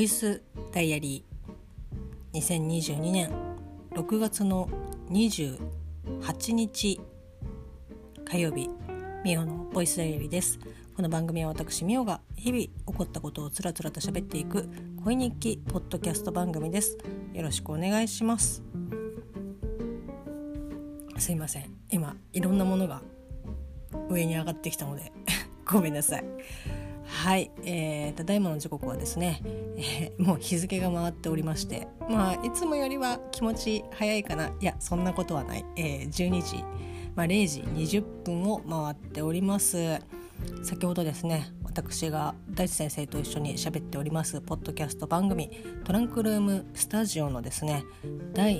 イスダイアリー2022年6月の28日火曜日、ミオのボイスダイアリーです。この番組は私ミオが日々起こったことをつらつらと喋っていく恋日記ポッドキャスト番組です。よろしくお願いします。すいません、今いろんなものが上に上がってきたのでごめんなさい。はい、ただいまの時刻はですね、もう日付が回っておりまして、いつもよりは気持ち早いかな。いや、そんなことはない。12時、0時20分を回っております。先ほどですね、私が大地先生と一緒に喋っておりますポッドキャスト番組トランクルームスタジオのですね、第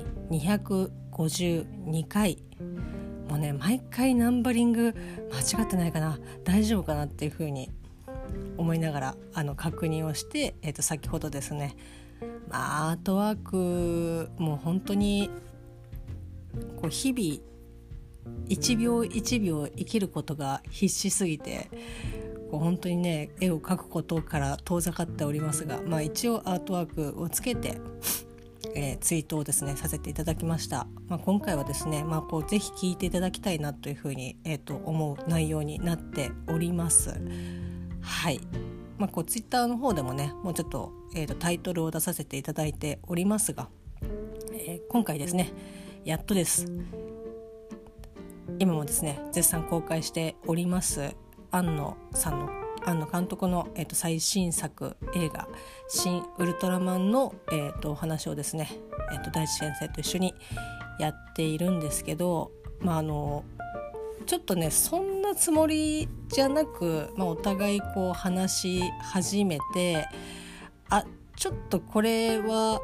252回、もうね、毎回ナンバリング間違ってないかな、大丈夫かなっていう風に思いながら確認をして、先ほどですね、アートワークもう本当にこう日々一秒一秒生きることが必死すぎて、こう本当にね、絵を描くことから遠ざかっておりますが、一応アートワークをつけて、ツイートをですねさせていただきました。今回はですね、こうぜひ聞いていただきたいなというふうに、思う内容になっております。はい、こうツイッターの方でもね、もうちょっと、タイトルを出させていただいておりますが、今回ですね、やっとです。今もですね絶賛公開しております庵野監督の、最新作映画新ウルトラマンの、お話をですね、大地先生と一緒にやっているんですけど、ちょっとね、そんなつもりじゃなく、お互いこう話し始めて、ちょっとこれは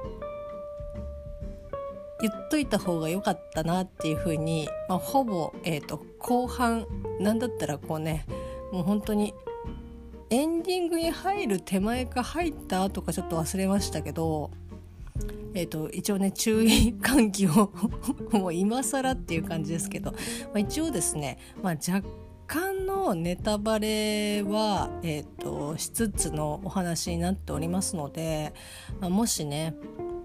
言っといた方が良かったなっていう風に、ほぼ、後半なんだったらこうね、もう本当にエンディングに入る手前か入った後かちょっと忘れましたけど、一応ね、注意喚起をもう今更っていう感じですけど、一応ですね、若干のネタバレは、しつつのお話になっておりますので、もしね、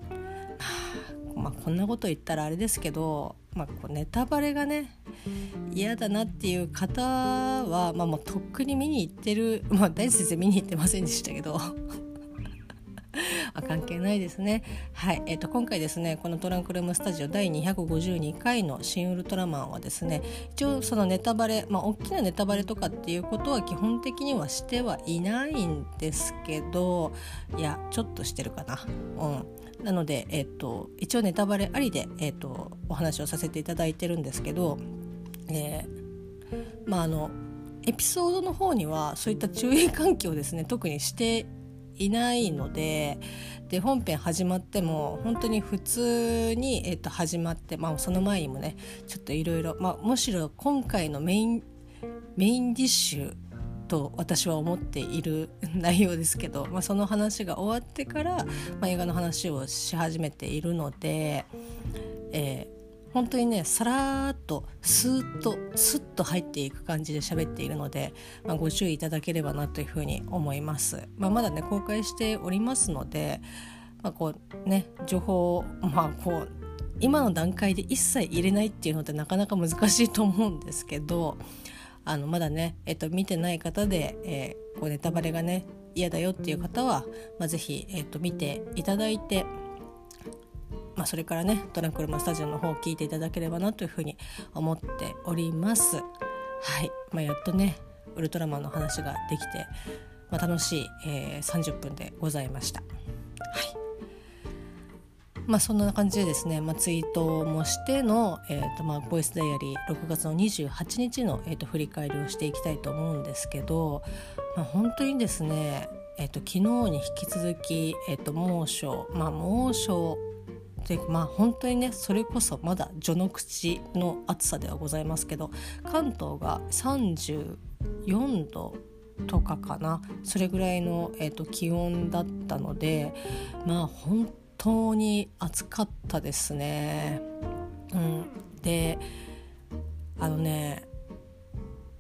こんなこと言ったらあれですけど、こうネタバレがね嫌だなっていう方は、もうとっくに見に行ってる、大地先生見に行ってませんでしたけど関係ないですね。はい、今回ですね、このトランクルームスタジオ第252回の新ウルトラマンはですね、一応そのネタバレ、大きなネタバレとかっていうことは基本的にはしてはいないんですけど、いやちょっとしてるかな、なので、一応ネタバレありで、お話をさせていただいてるんですけど、エピソードの方にはそういった注意喚起をですね特にしていないので、本編始まっても本当に普通に、始まって、その前にもねちょっといろいろ、むしろ今回のメインディッシュと私は思っている内容ですけど、その話が終わってから、映画の話をし始めているので、本当にね、さらーっとスッと入っていく感じで喋っているので、ご注意いただければなというふうに思います。まだね公開しておりますので、こうね、情報を、こう今の段階で一切入れないっていうのってなかなか難しいと思うんですけど、まだね、見てない方で、こうネタバレがね嫌だよっていう方は、ぜひ、見ていただいて、それからねトランクルームスタジオの方を聞いていただければなというふうに思っております。はい、やっとねウルトラマンの話ができて、楽しい、30分でございました。はい、そんな感じでですね、ツイートもしての、ボイスダイアリー6月の28日の、振り返りをしていきたいと思うんですけど、本当にですね、昨日に引き続き、猛暑で、本当にね、それこそまだ序の口の暑さではございますけど、関東が34度とかかな、それぐらいの、気温だったので、本当に暑かったですね。で、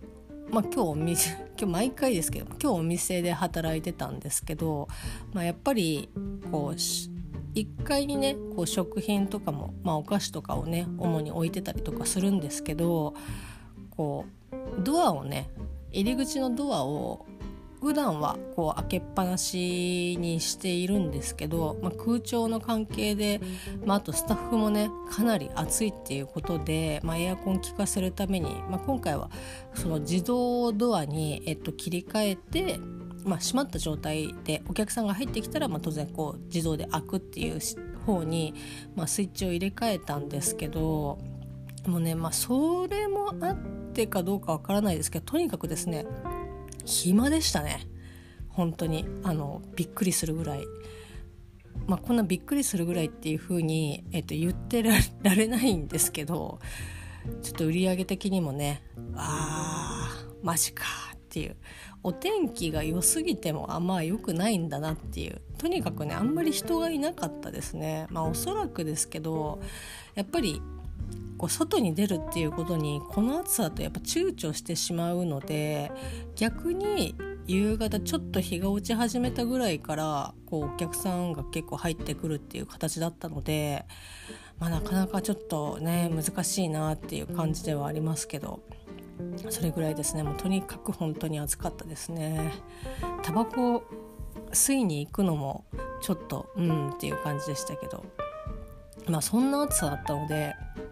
今日毎回ですけど今日お店で働いてたんですけど、やっぱりこう1階にねこう食品とかも、お菓子とかをね主に置いてたりとかするんですけど、こうドアをね入り口のドアを普段はこう開けっぱなしにしているんですけど、空調の関係で、あとスタッフもねかなり暑いっていうことで、エアコン効かせるために、今回はその自動ドアに、切り替えて、閉まった状態でお客さんが入ってきたら、当然こう自動で開くっていう方に、スイッチを入れ替えたんですけど、もうね、それもあってかどうかわからないですけど、とにかくですね暇でしたね。本当にびっくりするぐらい、こんなびっくりするぐらいっていう風に、言ってられないんですけど、ちょっと売り上げ的にもねマジかっていう、お天気が良すぎても良くないんだなっていう、とにかくねあんまり人がいなかったですね。おそらくですけどやっぱりこう外に出るっていうことにこの暑さだとやっぱ躊躇してしまうので、逆に夕方ちょっと日が落ち始めたぐらいからこうお客さんが結構入ってくるっていう形だったので、なかなかちょっとね難しいなっていう感じではありますけど、それぐらいですね。もうとにかく本当に暑かったですね。タバコ吸いに行くのもちょっとっていう感じでしたけど、そんな暑さだったので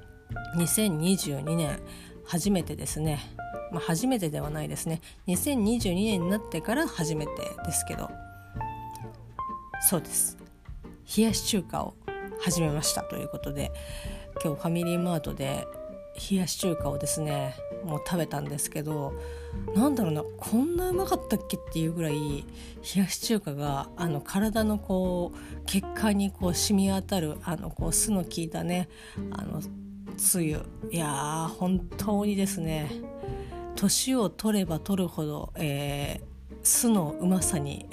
2022年初めてですね、初めてではないですね、2022年になってから初めてですけど、そうです、冷やし中華を始めましたということで、今日ファミリーマートで冷やし中華をですねもう食べたんですけど、こんなうまかったっけっていうぐらい冷やし中華が体のこう血管にこう染み当たるこう酢の効いたねつゆ、いやー本当にですね、年を取れば取るほど、酢のうまさに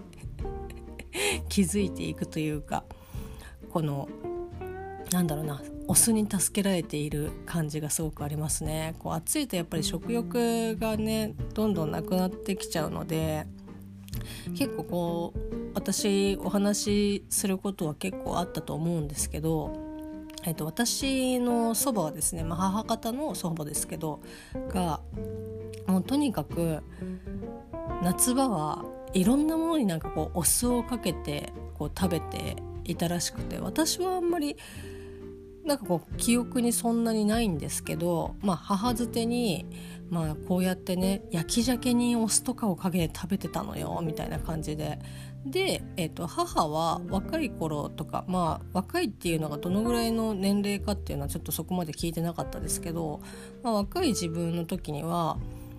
気づいていくというか、このお酢に助けられている感じがすごくありますね。こう暑いとやっぱり食欲がねどんどんなくなってきちゃうので、結構こう私お話しすることは結構あったと思うんですけど、私の祖母はですね、母方の祖母ですけどがもうとにかく夏場はいろんなものにこうお酢をかけてこう食べていたらしくて、私はあんまりこう記憶にそんなにないんですけど、母づてにこうやってね焼き鮭にお酢とかをかけて食べてたのよみたいな感じで、母は若い頃とか、若いっていうのがどのぐらいの年齢かっていうのはちょっとそこまで聞いてなかったですけど、若い自分の時には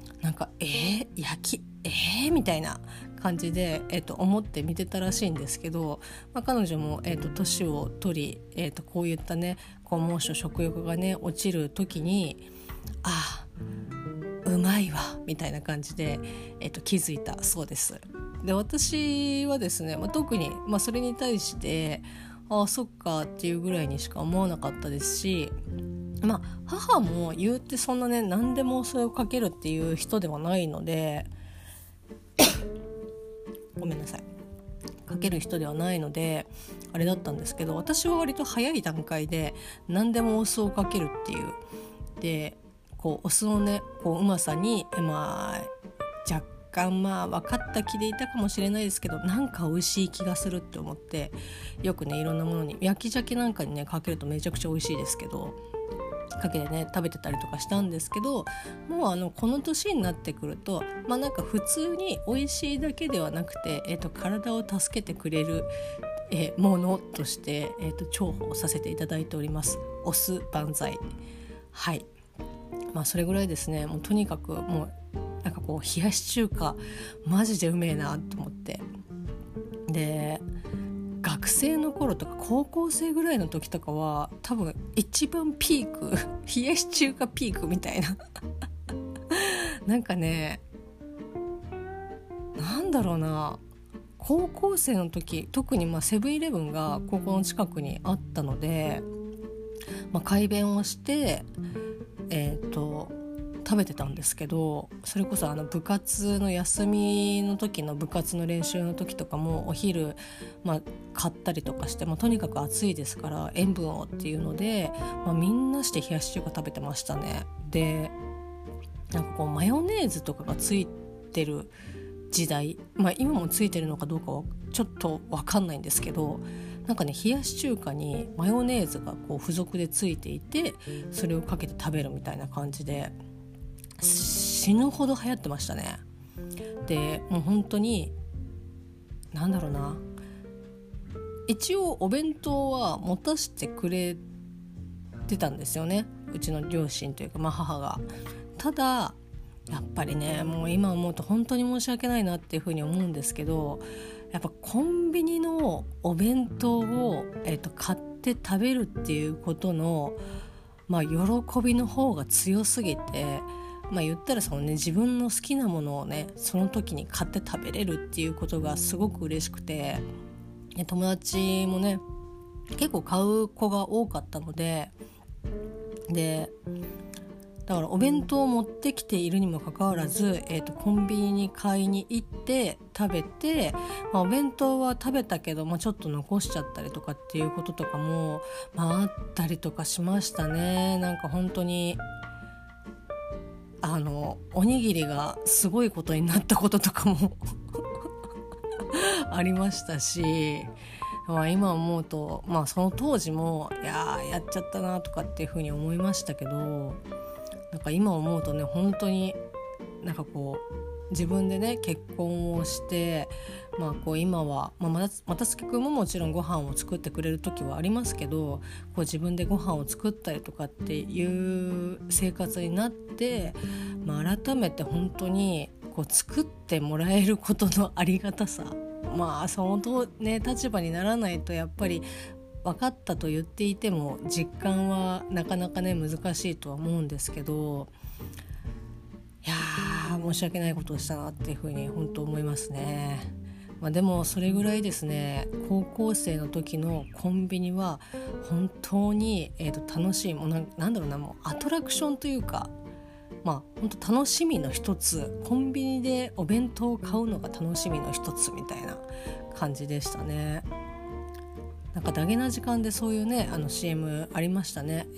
焼きみたいな感じで、思って見てたらしいんですけど、彼女も、年を取り、こういったねこう猛暑食欲がね落ちる時にうまいわみたいな感じで、気づいたそうです。で私はですね、特に、それに対してそっかっていうぐらいにしか思わなかったですし、母も言うてそんなね何でもそれをかけるっていう人ではないのでごめんなさい、かける人ではないのであれだったんですけど、私は割と早い段階で何でもお酢をかけるっていうで、こうお酢のねこううまさに、若干分かった気でいたかもしれないですけど、美味しい気がするって思って、よくねいろんなものに焼き鮭なんかにねかけるとめちゃくちゃ美味しいですけど、かけてね食べてたりとかしたんですけど、もうこの年になってくると普通に美味しいだけではなくて、体を助けてくれる、ものとして、重宝させていただいております。お酢万歳。はい、それぐらいですね。もうとにかくもうこう冷やし中華マジでうめえなと思って、で学生の頃とか高校生ぐらいの時とかは多分一番ピーク冷やし中華ピークみたいな高校生の時特にセブンイレブンが高校の近くにあったので、改便をして食べてたんですけど、それこそ部活の休みの時の部活の練習の時とかもお昼、買ったりとかして、とにかく暑いですから塩分をっていうので、みんなして冷やし中華食べてましたね。でなんかこうマヨネーズとかがついてる時代、今もついてるのかどうかはちょっと分かんないんですけど、なんかね冷やし中華にマヨネーズがこう付属でついていて、それをかけて食べるみたいな感じで死ぬほど流行ってましたね。でもう本当になんだろうな、一応お弁当は持たせてくれてたんですよね、うちの両親というか、母が。ただやっぱりね、もう今思うと本当に申し訳ないなっていうふうに思うんですけど、やっぱコンビニのお弁当を、買って食べるっていうことの、喜びの方が強すぎて、言ったらそのね、自分の好きなものをねその時に買って食べれるっていうことがすごく嬉しくて、友達もね結構買う子が多かったので、だからお弁当を持ってきているにもかかわらず、コンビニに買いに行って食べて、お弁当は食べたけど、ちょっと残しちゃったりとかっていうこととかも、あったりとかしましたね。なんか本当におにぎりがすごいことになったこととかもありましたし、今思うと、その当時もやっちゃったなとかっていうふうに思いましたけど、なんか今思うとね、本当になんかこう自分でね結婚をして、こう今は、またすけくんももちろんご飯を作ってくれる時はありますけど、こう自分でご飯を作ったりとかっていう生活になって、改めて本当にこう作ってもらえることのありがたさ、そのね立場にならないとやっぱり分かったと言っていても実感はなかなかね難しいとは思うんですけど、いや申し訳ないことをしたなっていうふうに本当思いますね。でもそれぐらいですね、高校生の時のコンビニは本当に、楽しい、もうなんだろうな、もうアトラクションというか、本当楽しみの一つ、コンビニでお弁当を買うのが楽しみの一つみたいな感じでしたね。なんかダゲな時間でそういうねCM ありましたね。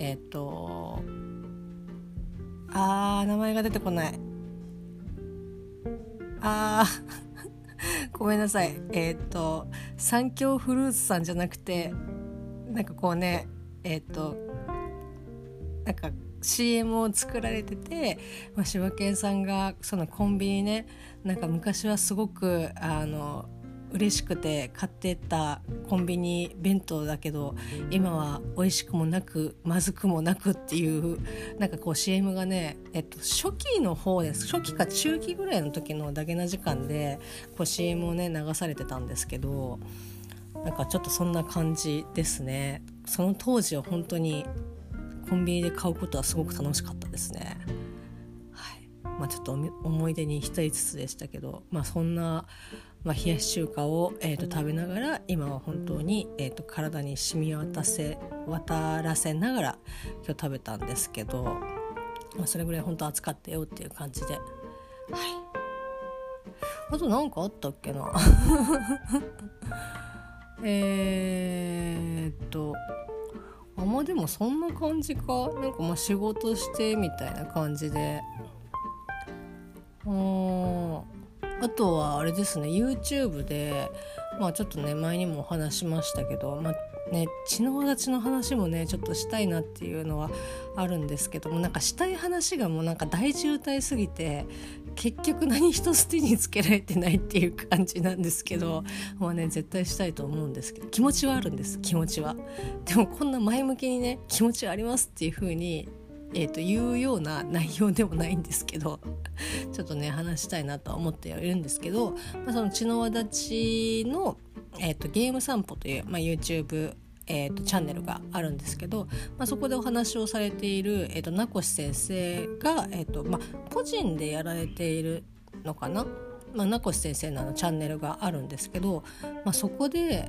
名前が出てこない。ごめんなさい。三協フルーツさんじゃなくて、なんかこうねなんか CM を作られてて、柴犬さんがそのコンビニね、なんか昔はすごく嬉しくて買ってたコンビニ弁当だけど、今は美味しくもなくまずくもなくっていう、なんかこう CM がね、初期の方です。初期か中期ぐらいの時のダゲな時間でこう CM をね流されてたんですけど、なんかちょっとそんな感じですね。その当時は本当にコンビニで買うことはすごく楽しかったですね。ちょっと思い出に浸りつつでしたけど、そんな、冷やし中華を、食べながら今は本当に、体に染み渡らせながら今日食べたんですけど、それぐらい本当暑かったよっていう感じで、あと何かあったっけなでもそんな感じか。なんか仕事してみたいな感じで、あとはあれですね、 YouTube でちょっとね前にもお話しましたけど、血の輪立ちの話もねちょっとしたいなっていうのはあるんですけども、なんかしたい話がもうなんか大渋滞すぎて結局何一つ手につけられてないっていう感じなんですけど、絶対したいと思うんですけど、気持ちはあるんです。気持ちはでもこんな前向きにね気持ちはありますっていう風にいうような内容でもないんですけどちょっとね話したいなとは思ってはいるんですけど、その血の輪立ちの、ゲーム散歩という、YouTube、チャンネルがあるんですけど、そこでお話をされている、名越先生が、個人でやられているのかな、名越先生のチャンネルがあるんですけど、そこで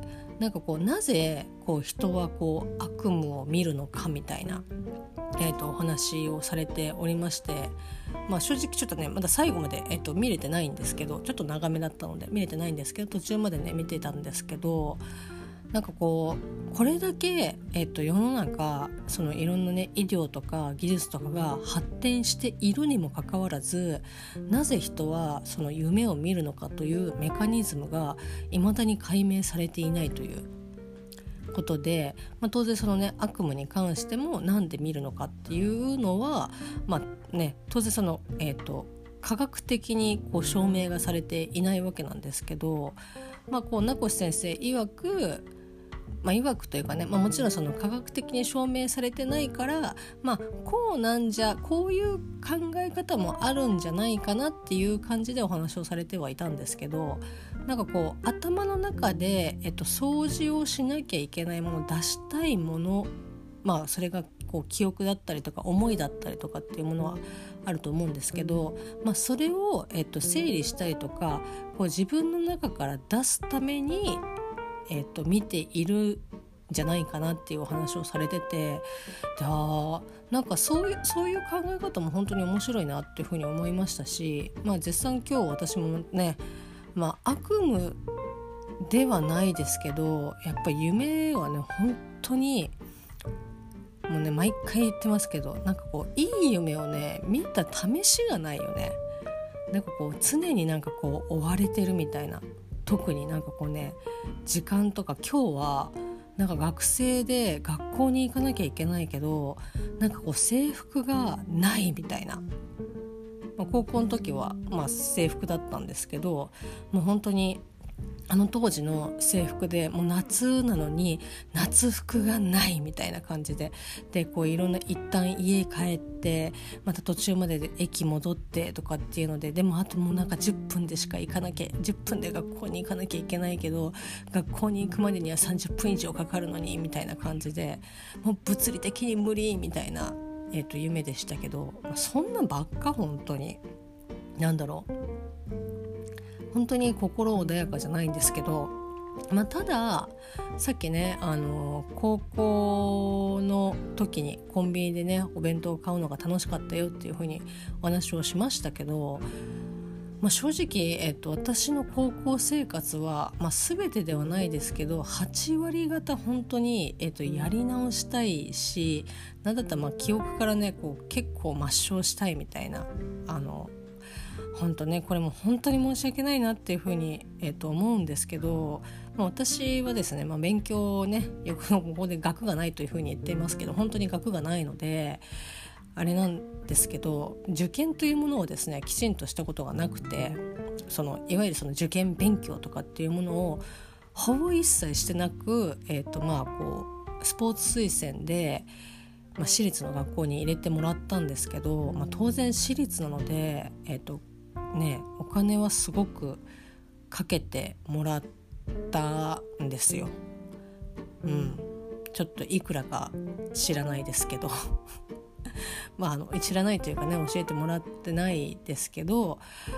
なんかこうなぜこう人はこう悪夢を見るのかみたいな、お話をされておりまして、正直ちょっとねまだ最後まで、見れてないんですけど、ちょっと長めだったので見れてないんですけど、途中までね見てたんですけど、なんかこれだけ、世の中そのいろんなね医療とか技術とかが発展しているにもかかわらず、なぜ人はその夢を見るのかというメカニズムが未だに解明されていないということで、当然そのね悪夢に関してもなんで見るのかっていうのは、当然その、科学的にこう証明がされていないわけなんですけど、こう名越先生曰く曰くというかね、もちろんその科学的に証明されてないから、こうなんじゃこういう考え方もあるんじゃないかなっていう感じでお話をされてはいたんですけど、なんかこう頭の中で、掃除をしなきゃいけないもの、出したいもの、それがこう記憶だったりとか思いだったりとかっていうものはあると思うんですけど、それを、整理したりとかこう自分の中から出すために見ているんじゃないかなっていうお話をされてて、なんかそういう考え方も本当に面白いなっていうふうに思いましたし、絶賛今日私もね、悪夢ではないですけど、やっぱり夢はね本当にもうね毎回言ってますけど、なんかこういい夢をね見た試しがないよね。なんかこう常になんかこう追われてるみたいな、特になんかこうね時間とか、今日はなんか学生で学校に行かなきゃいけないけど、なんかこう制服がないみたいな、高校の時は制服だったんですけど、もう本当にあの当時の制服でもう夏なのに夏服がないみたいな感じで、こういろんな一旦家帰ってまた途中までで駅戻ってとかっていうので、でもあともうなんか10分でしか行かなきゃ、10分で学校に行かなきゃいけないけど、学校に行くまでには30分以上かかるのにみたいな感じで、もう物理的に無理みたいな、夢でしたけど、そんなんばっか本当になんだろう、本当に心穏やかじゃないんですけど、たださっきね高校の時にコンビニでねお弁当を買うのが楽しかったよっていう風にお話をしましたけど、正直、私の高校生活は、全てではないですけど8割方本当に、やり直したいし、なんだったら記憶からねこう結構抹消したいみたいな、本当ねこれも本当に申し訳ないなっていうふうに、思うんですけど、私はですね、勉強をねよくここで学がないというふうに言っていますけど、本当に学がないのであれなんですけど、受験というものをですねきちんとしたことがなくて、いわゆるその受験勉強とかっていうものをほぼ一切してなく、こうスポーツ推薦で、私立の学校に入れてもらったんですけど、当然私立なので、お金はすごくかけてもらったんですよ。ちょっといくらか知らないですけど知らないというかね教えてもらってないですけど、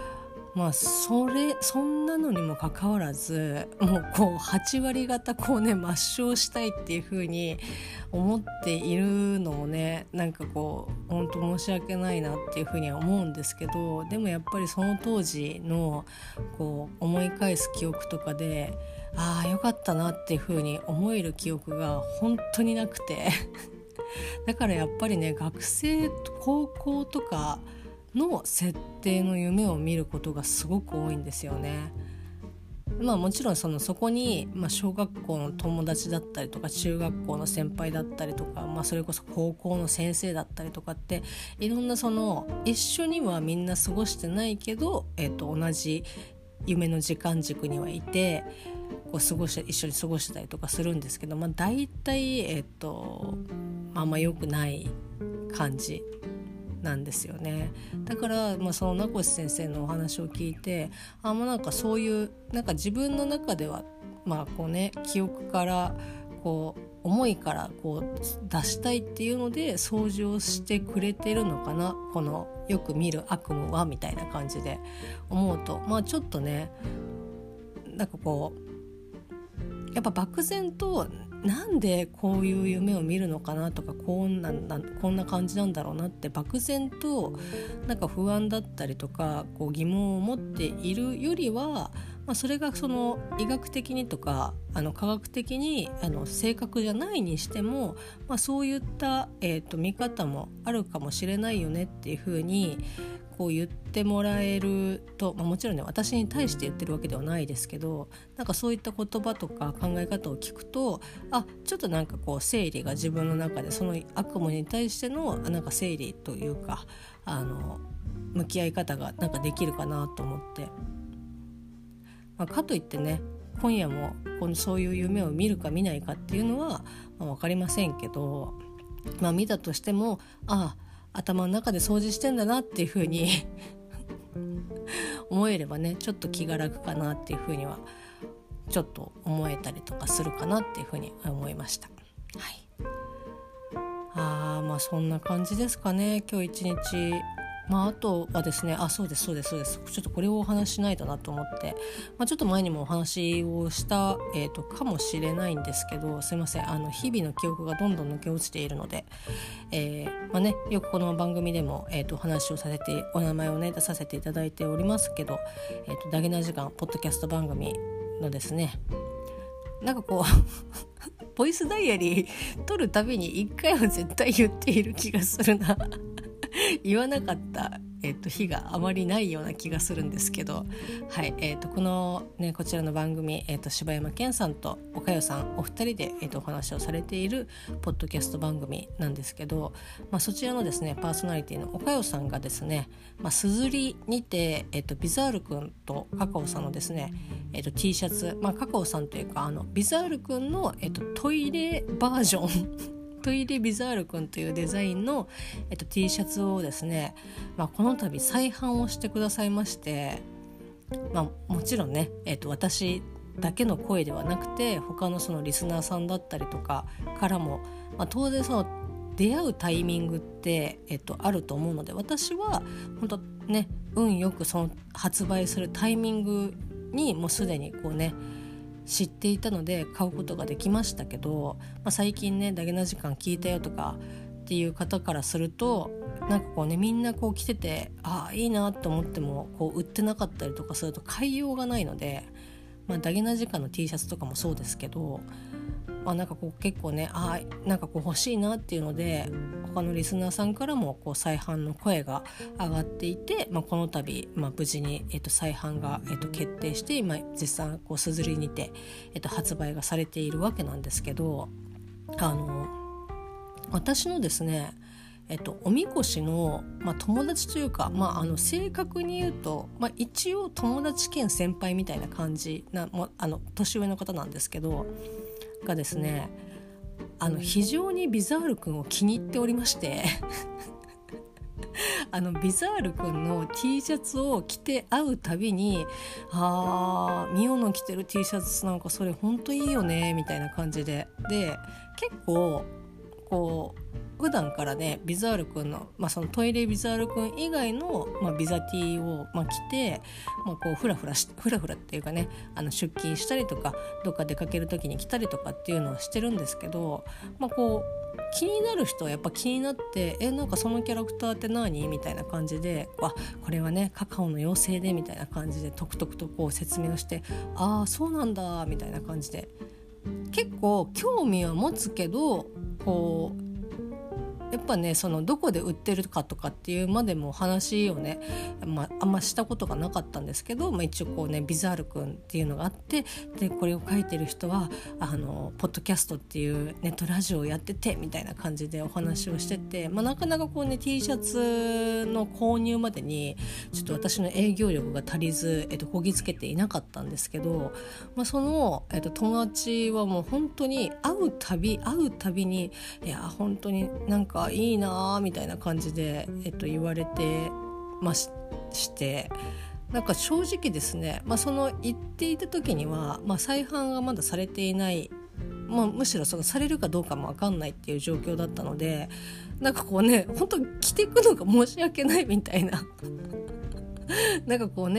そんなのにもかかわらずもうこう8割方こうね抹消したいっていう風に思っているのもね、なんかこう本当申し訳ないなっていう風には思うんですけど、でもやっぱりその当時のこう思い返す記憶とかで、よかったなっていう風に思える記憶が本当になくてだからやっぱりね学生高校とかの設定の夢を見ることがすごく多いんですよね。もちろんそこに、小学校の友達だったりとか中学校の先輩だったりとか、それこそ高校の先生だったりとかっていろんな一緒にはみんな過ごしてないけど、同じ夢の時間軸にはいてこう一緒に過ごしたりとかするんですけど、大体あんま良くない感じなんですよね。だから、その名越先生のお話を聞いてなんかそういうなんか自分の中ではこうね記憶からこう思いからこう出したいっていうので掃除をしてくれてるのかな、このよく見る悪夢はみたいな感じで思うと、ちょっとねなんかこうやっぱ漠然となんでこういう夢を見るのかなとかこんな感じなんだろうなって漠然となんか不安だったりとかこう疑問を持っているよりは、それがその医学的にとか科学的に正確じゃないにしても、そういった、見方もあるかもしれないよねっていうふうにこう言ってもらえると、もちろんね私に対して言ってるわけではないですけど、なんかそういった言葉とか考え方を聞くとちょっとなんかこう整理が自分の中でその悪夢に対してのなんか整理というか向き合い方がなんかできるかなと思って、かといってね今夜もそういう夢を見るか見ないかっていうのは、分かりませんけど、見たとしても頭の中で掃除してんだなっていう風に思えればねちょっと気が楽かなっていう風にはちょっと思えたりとかするかなっていう風に思いました。そんな感じですかね今日一日。あとはですねそうですちょっとこれをお話ししないとなと思って、ちょっと前にもお話をした、かもしれないんですけど、すいません日々の記憶がどんどん抜け落ちているので、よくこの番組でも、お話をさせてお名前をね出させていただいておりますけど、ダゲな時間ポッドキャスト番組のですねなんかこうボイスダイアリー撮るたびに1回は絶対言っている気がするな言わなかった、日があまりないような気がするんですけど、この、こちらの番組、柴山健さんとおかよさんお二人で、お話をされているポッドキャスト番組なんですけど、そちらのですねパーソナリティのおかよさんがですねすずりにて、ビザールくんとカカオさんのですね、T シャツ、カカオさんというかビザールくんの、トイレバージョントイレビザールくんというデザインの、T シャツをですね、この度再販をしてくださいまして、もちろんね、私だけの声ではなくて他のそのリスナーさんだったりとかからも、当然その出会うタイミングって、あると思うので、私は本当ね運よくその発売するタイミングにもうすでにこうね知っていたので買うことができましたけど、最近ねダゲな時間聞いたよとかっていう方からするとなんかこうねみんなこう着てていいなと思ってもこう売ってなかったりとかすると買いようがないので、ダゲな時間の T シャツとかもそうですけど、なんかこう結構ねなんかこう欲しいなっていうので他のリスナーさんからもこう再販の声が上がっていて、この度、無事に、再販が、決定して今絶賛こうすずりにて、発売がされているわけなんですけど、私のですねおみこしの、友達というか、正確に言うと、一応友達兼先輩みたいな感じな年上の方なんですけどがですね非常にビザールくんを気に入っておりましてビザールくんの T シャツを着て会うたびにミオの着てる T シャツなんかそれほんといいよねみたいな感じで結構こう普段からねビザールくんの、そのトイレビザールくん以外の、ビザ T を、着て、こうフラフラっていうかね出勤したりとかどっか出かける時に来たりとかっていうのをしてるんですけど、こう気になる人はやっぱ気になってなんかそのキャラクターって何みたいな感じでこれはねカカオの妖精でみたいな感じでとくとくとこう説明をしてそうなんだみたいな感じで結構興味は持つけどこうやっぱねそのどこで売ってるかとかっていうまでも話をね、あんましたことがなかったんですけど、一応こうねビザールくんっていうのがあってでこれを書いてる人はポッドキャストっていうネットラジオをやっててみたいな感じでお話をしてて、なかなかこうね T シャツの購入までにちょっと私の営業力が足りず、こぎつけていなかったんですけど、その、友達はもう本当に会うたびにいや本当になんかいいなみたいな感じで、言われてまして、なんか正直ですね、その言っていた時には、再販がまだされていない、むしろそのされるかどうかも分かんないっていう状況だったので、なんかこう本当着ていくのが申し訳ないみたいななんかこうね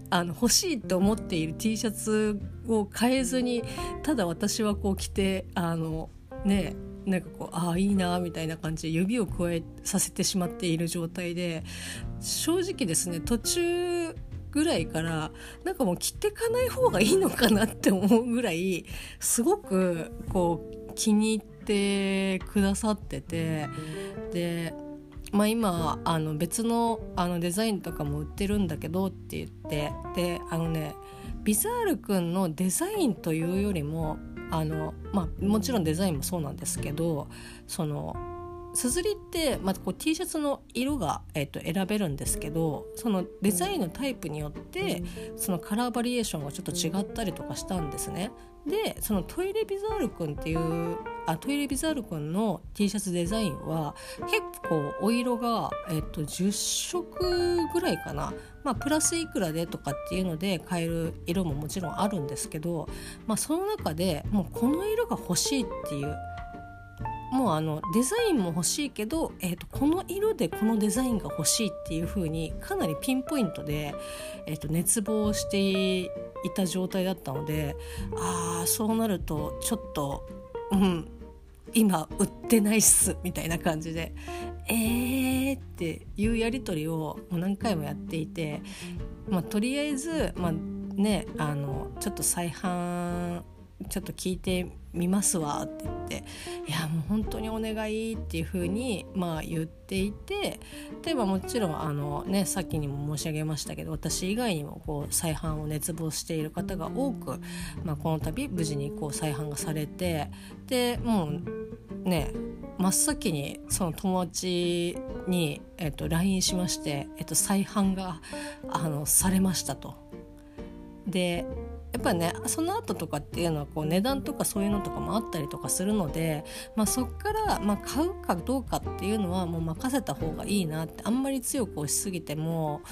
欲しいと思っている T シャツを買えずに、ただ私はこう着てね、なんかこういいなみたいな感じで指を加えさせてしまっている状態で、正直ですね途中ぐらいからなんかもう着てかない方がいいのかなって思うぐらいすごくこう気に入ってくださってて、で今別のデザインとかも売ってるんだけどって言って、でビザールくんのデザインというよりももちろんデザインもそうなんですけど、そのすずりって、こう T シャツの色が、選べるんですけど、そのデザインのタイプによってそのカラーバリエーションがちょっと違ったりとかしたんですね。でそのトイレビザールくんっていうトイレビザールくんの T シャツデザインは結構お色が、10色ぐらいかな、プラスいくらでとかっていうので買える色ももちろんあるんですけど、その中でもうこの色が欲しいっていう、もうデザインも欲しいけど、この色でこのデザインが欲しいっていう風にかなりピンポイントで、熱望していた状態だったので、そうなるとちょっと今売ってないっすみたいな感じでっていうやり取りをもう何回もやっていて、とりあえず、ちょっと再販ちょっと聞いてみますわって言って、いやもう本当にお願いっていう風に言っていて、でもちろんさっきにも申し上げましたけど、私以外にもこう再販を熱望している方が多く、この度無事にこう再販がされて、でもうね真っ先にその友達に、LINE しまして、再販がされましたと。でやっぱねその後とかっていうのはこう値段とかそういうのとかもあったりとかするので、そっから、買うかどうかっていうのはもう任せた方がいいなって、あんまり強く押しすぎても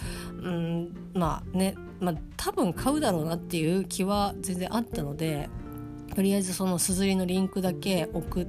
多分買うだろうなっていう気は全然あったので、とりあえずそのすずりのリンクだけ送って、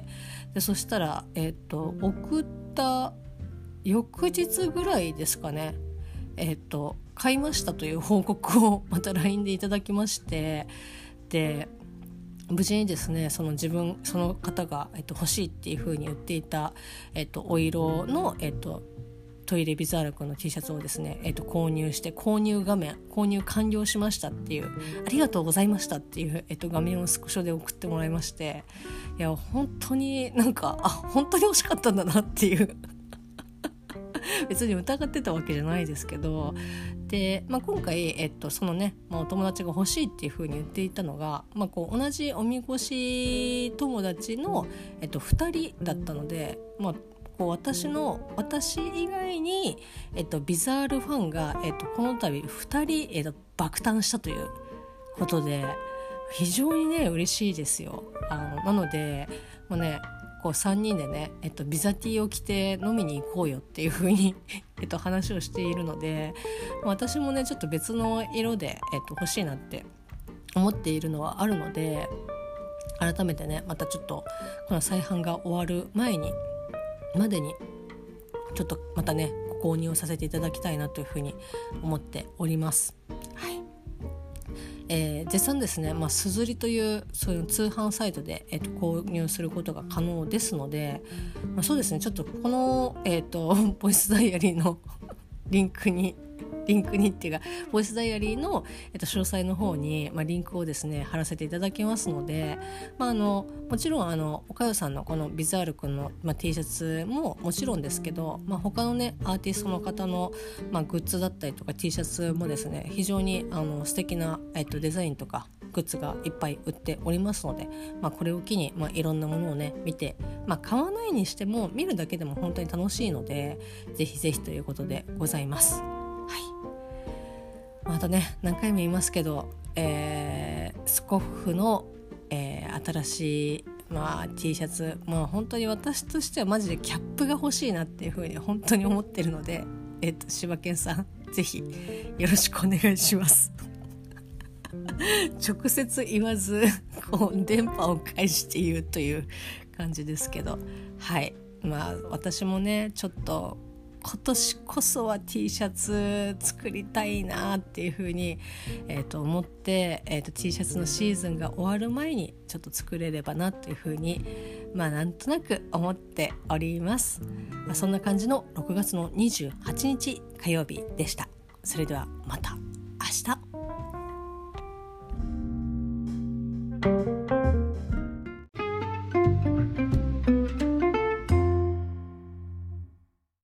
でそしたら、送った翌日ぐらいですかね、買いましたという報告をまた LINE でいただきまして、で無事にですねその方が、欲しいっていう風に言っていた、お色の、トイレビザールくんの T シャツをですね、購入して購入完了しましたっていう、ありがとうございましたっていう、画面をスクショで送ってもらいまして、いや本当に本当に欲しかったんだなっていう別に疑ってたわけじゃないですけど、で、今回、そのね、お友達が欲しいっていう風に言っていたのが、こう同じおみこし友達の、2人だったので、こう私以外に、ビザールファンが、この度2人、爆誕したということで非常にね嬉しいですよ。なのでもうねこう3人でね、ビザティを着て飲みに行こうよっていう風に話をしているので、私もねちょっと別の色で、欲しいなって思っているのはあるので、改めてねまたちょっとこの再販が終わる前にまでにちょっとまたねご購入をさせていただきたいなという風に思っております。はい。絶賛ですね、すずりというそういう通販サイトで、購入することが可能ですので、そうですねちょっとこの、ボイスダイアリーのリンクにっていうかボイスダイアリーの、詳細の方に、リンクをですね貼らせていただきますので、もちろんおかよさんのこのビザールくんの、T シャツももちろんですけど、他のねアーティストの方の、グッズだったりとか T シャツもですね非常に素敵な、デザインとかグッズがいっぱい売っておりますので、これを機に、いろんなものをね見て、買わないにしても見るだけでも本当に楽しいので、ぜひぜひということでございます。またね何回も言いますけど、スコッフの、新しい、T シャツ、本当に私としてはマジでキャップが欲しいなっていうふうに本当に思ってるので、柴犬さんぜひよろしくお願いします直接言わずこう電波を介して言うという感じですけど、はい。私もねちょっと今年こそは T シャツ作りたいなっていうふうに、思って、T シャツのシーズンが終わる前にちょっと作れればなっていうふうになんとなく思っております。そんな感じの6月の28日火曜日でした。それではまた明日。